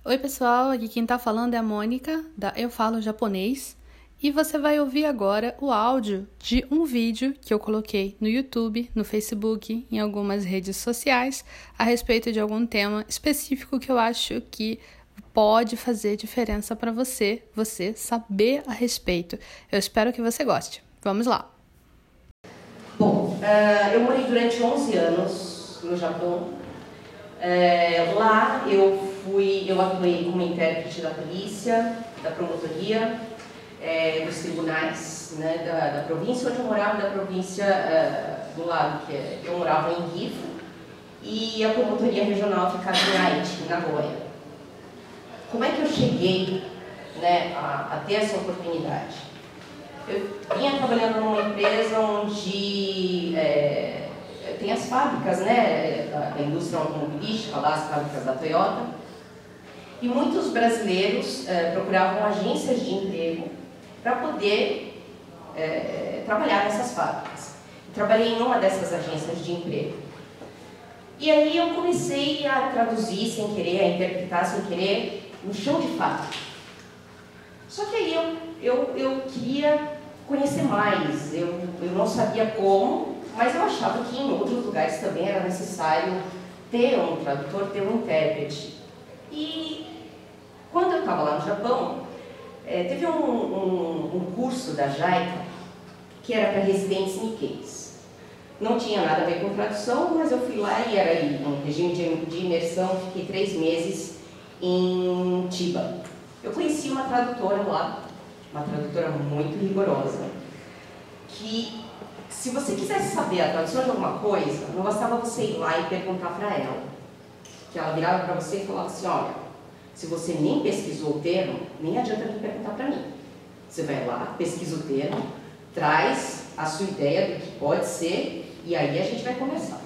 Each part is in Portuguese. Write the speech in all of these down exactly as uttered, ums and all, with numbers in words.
Oi pessoal, aqui quem tá falando é a Mônica, da Eu Falo Japonês, e você vai ouvir agora o áudio de um vídeo que eu coloquei no YouTube, no Facebook, em algumas redes sociais, a respeito de algum tema específico que eu acho que pode fazer diferença para você, você saber a respeito. Eu espero que você goste. Vamos lá! Bom, uh, eu morei durante onze anos no Japão. Uh, lá eu fui, eu atuei como intérprete da polícia, da promotoria, uh, dos tribunais, né, da, da província onde eu morava, da província uh, do lado, que é, eu morava em Gifu, e a promotoria regional ficava em Aichi, em Nagoya. Como é que eu cheguei, né, a, a ter essa oportunidade? Eu vinha trabalhando numa empresa onde é, tem as fábricas, né, da, da indústria automobilística, lá as fábricas da Toyota, e muitos brasileiros é, procuravam agências de emprego para poder é, trabalhar nessas fábricas. Eu trabalhei em uma dessas agências de emprego. E aí eu comecei a traduzir sem querer, a interpretar sem querer, no chão de fábrica. Só que aí eu, eu, eu queria conhecer mais, eu, eu não sabia como, mas eu achava que em outros lugares também era necessário ter um tradutor, ter um intérprete. E quando eu estava lá no Japão, é, teve um, um, um curso da JICA que era para residentes Nikkeis. Não tinha nada a ver com tradução, mas eu fui lá e era um regime de, de imersão, fiquei três meses em Chiba. Eu conheci uma tradutora lá, uma tradutora muito rigorosa, que se você quisesse saber a tradução de alguma coisa, não bastava você ir lá e perguntar para ela. Que ela virava para você e falava assim, olha, se você nem pesquisou o termo, nem adianta me perguntar para mim. Você vai lá, pesquisa o termo, traz a sua ideia do que pode ser, e aí a gente vai conversar.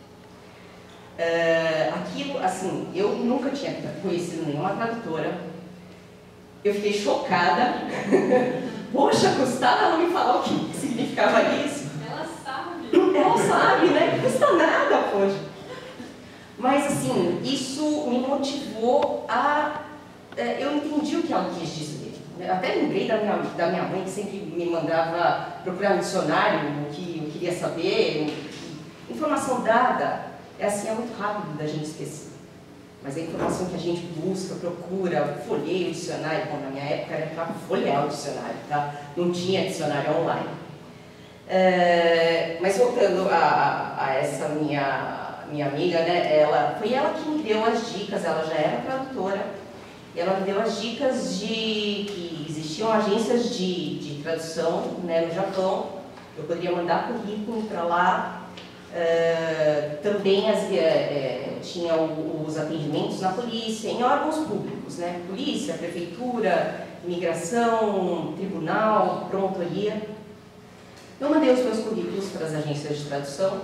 Uh, aquilo, assim, eu nunca tinha conhecido nenhuma tradutora. Eu fiquei chocada. Poxa, custava ela me falar o que significava isso? Ela sabe. Ela sabe, né? Não custa nada, poxa. Mas, assim, isso me motivou a... Eu entendi o que ela quis dizer. Até lembrei da minha, da minha mãe, que sempre me mandava procurar um dicionário, o que eu queria saber. Informação dada, é assim, é muito rápido da gente esquecer. Mas a informação que a gente busca, procura, folheia o dicionário, bom, na minha época era para folhear o dicionário, tá? Não tinha dicionário online. É, mas voltando a, a, a essa minha, minha amiga, né, ela, foi ela que me deu as dicas, ela já era tradutora, e ela me deu as dicas de que existiam agências de, de tradução, né, no Japão. Eu poderia mandar currículo para lá. Uh, também as, uh, tinha o, os atendimentos na polícia, em órgãos públicos, né? Polícia, prefeitura, imigração, tribunal, promotoria. Eu mandei os meus currículos para as agências de tradução,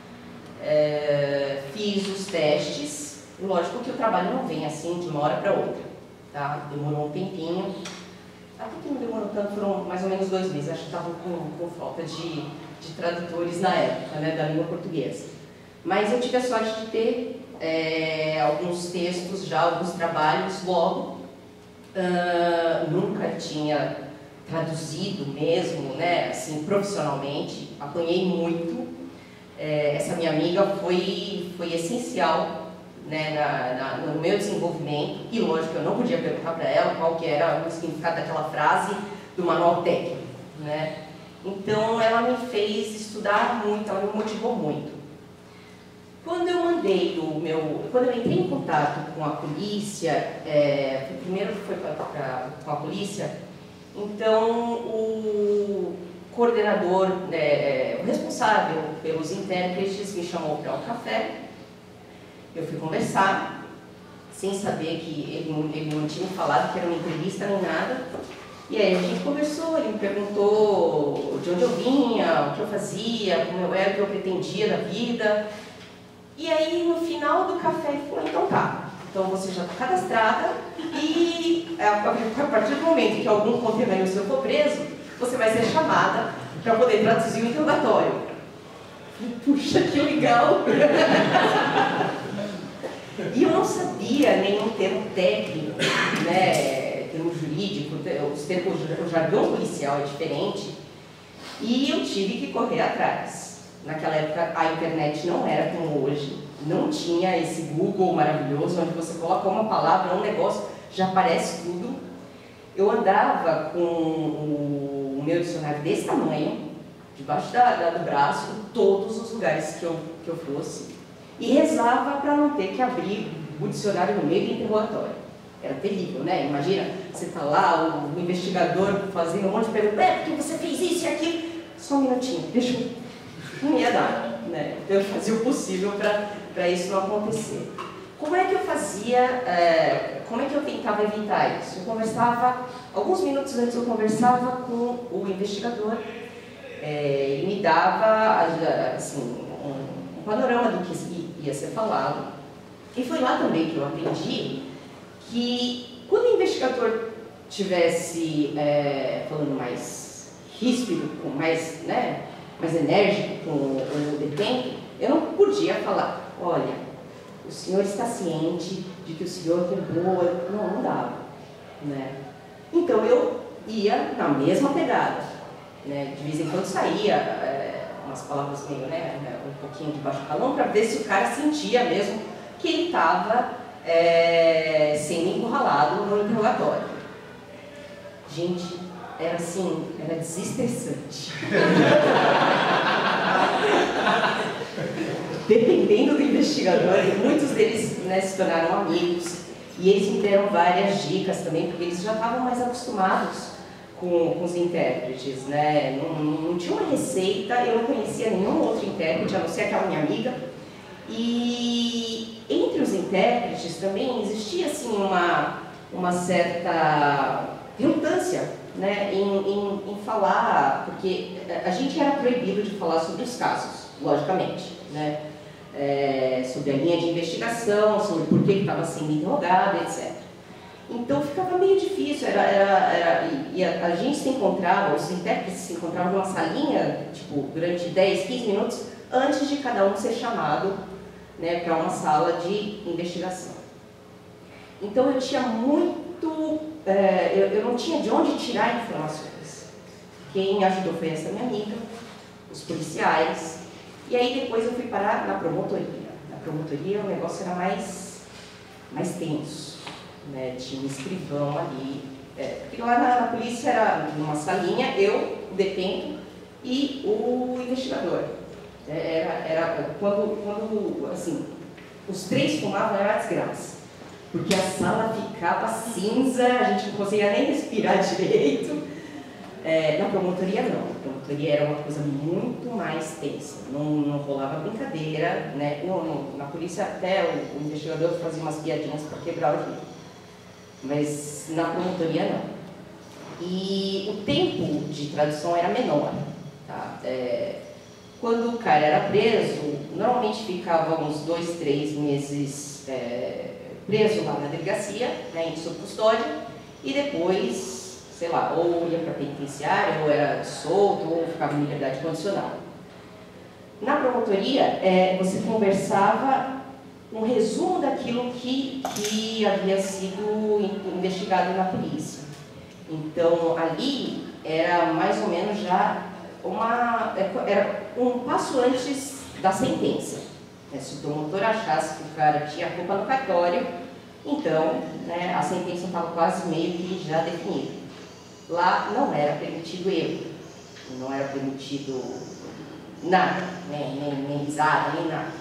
uh, fiz os testes. Lógico que o trabalho não vem assim de uma hora para outra, tá? Demorou um tempinho, até que não demorou tanto, foram mais ou menos dois meses, acho que estavam com, com falta de de tradutores na época, né, da língua portuguesa. Mas eu tive a sorte de ter é, alguns textos já, alguns trabalhos logo. Uh, nunca tinha traduzido mesmo, né, assim, profissionalmente, apanhei muito. É, essa minha amiga foi, foi essencial, né, na, na, no meu desenvolvimento, e lógico, eu não podia perguntar para ela qual que era o significado daquela frase do manual técnico, né. Então, ela me fez estudar muito, ela me motivou muito. Quando eu mandei o meu... Quando eu entrei em contato com a polícia, é, primeiro foi pra, pra, com a polícia, então o coordenador, né, o responsável pelos intérpretes me chamou para um café. Eu fui conversar, sem saber que ele, ele não tinha falado que era uma entrevista nem nada. E aí a gente conversou, ele me perguntou de onde eu vinha, o que eu fazia, como eu era, o que eu pretendia da vida. E aí no final do café ele falou, então tá, então você já está cadastrada e a partir do momento que algum conterrâneo seu for preso, você vai ser chamada para poder traduzir o interrogatório. Puxa, que legal! E eu não sabia nenhum termo técnico termos, o jargão policial é diferente, e eu tive que correr atrás. Naquela época a internet não era como hoje, não tinha esse Google maravilhoso, onde você coloca uma palavra, um negócio, já aparece tudo. Eu andava com o meu dicionário desse tamanho, debaixo da, da, do braço, em todos os lugares que eu, que eu fosse, e rezava para não ter que abrir o dicionário no meio do interrogatório. Era terrível, né? Imagina, você tá lá, o investigador fazendo um monte de perguntas, é, porque você fez isso e aquilo. Só um minutinho, deixa eu... Não ia dar, né? Então eu fazia o possível para isso não acontecer. Como é que eu fazia, é, como é que eu tentava evitar isso? Eu conversava, alguns minutos antes eu conversava com o investigador, é, e me dava, assim, um, um panorama do que ia ser falado. E foi lá também que eu aprendi que quando o investigador estivesse é, falando mais ríspido, com mais, né, mais enérgico com o detento, eu não podia falar, olha, o senhor está ciente de que o senhor quebrou... Não, não dava, né? Então eu ia na mesma pegada, né? De vez em quando saía é, umas palavras meio, né, um pouquinho de baixo calão, para ver se o cara sentia mesmo que ele estava é, sendo encurralado no interrogatório. Gente, era assim, era desestressante. Dependendo do investigador, muitos deles, né, se tornaram amigos, e eles me deram várias dicas também, porque eles já estavam mais acostumados com, com os intérpretes, né? Não, não tinha uma receita, eu não conhecia nenhum outro intérprete, a não ser aquela minha amiga. E entre os intérpretes também existia assim uma, uma certa relutância, né, em, em, em falar, porque a gente era proibido de falar sobre os casos, logicamente, né, é, sobre a linha de investigação, sobre por que estava sendo interrogado, etcétera. Então ficava meio difícil, era, era, era, e, e a, a gente se encontrava, os intérpretes se encontravam numa salinha, tipo, durante dez, quinze minutos, antes de cada um ser chamado, né, para uma sala de investigação. Então eu tinha muito, é, eu, eu não tinha de onde tirar informações. Quem me ajudou foi essa minha amiga, os policiais, e aí depois eu fui parar na promotoria. Na promotoria o negócio era mais, mais tenso, né, tinha um escrivão ali, é, porque lá na, na polícia era numa salinha, eu, o detento e o investigador. Era, era quando, quando, assim, os três fumavam, era desgraça, porque a sala ficava cinza, a gente não conseguia nem respirar direito. É, na promotoria não, a promotoria era uma coisa muito mais tensa, não, não rolava brincadeira, né? No, no, na polícia até o, o investigador fazia umas piadinhas para quebrar o gelo, mas na promotoria não. E o tempo de tradução era menor, tá? É, Quando o cara era preso, normalmente ficava uns dois, três meses é, preso lá na delegacia, né, sob custódia, e depois, sei lá, ou ia para a penitenciária, ou era solto, ou ficava em liberdade condicional. Na promotoria, é, você conversava um resumo daquilo que, que havia sido investigado na polícia. Então, ali era mais ou menos já uma, era um passo antes da sentença. Se o promotor achasse que o cara tinha culpa no cartório, então, né, a sentença estava quase meio que já definida. Lá não era permitido erro, não era permitido nada, né, nem, nem risada, nem nada.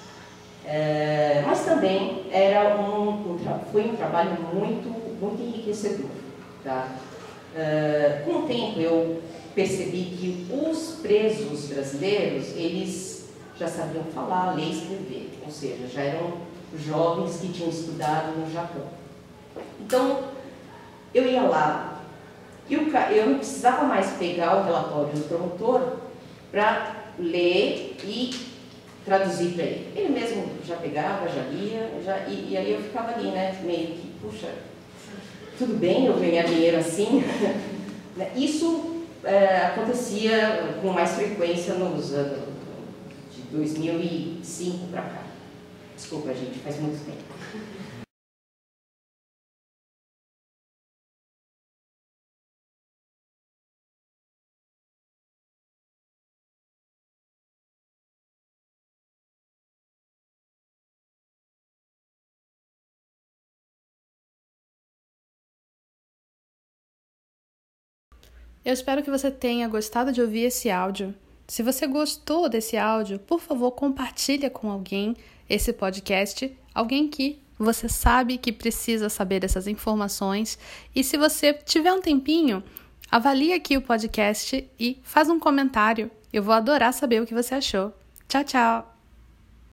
É, mas também era um, um, foi um trabalho muito, muito enriquecedor. Tá? É, com o tempo eu percebi que os presos brasileiros, eles já sabiam falar, ler e escrever, ou seja, já eram jovens que tinham estudado no Japão. Então, eu ia lá, e o, eu não precisava mais pegar o relatório do promotor para ler e traduzir para ele. Ele mesmo já pegava, já lia, já, e, e aí eu ficava ali, né, meio que, puxa, tudo bem eu ganhar dinheiro assim? Isso é, acontecia com mais frequência nos anos de dois mil e cinco para cá. Desculpa, gente, faz muito tempo. Eu espero que você tenha gostado de ouvir esse áudio. Se você gostou desse áudio, por favor, compartilha com alguém esse podcast, alguém que você sabe que precisa saber dessas informações. E se você tiver um tempinho, avalie aqui o podcast e faz um comentário. Eu vou adorar saber o que você achou. Tchau, tchau!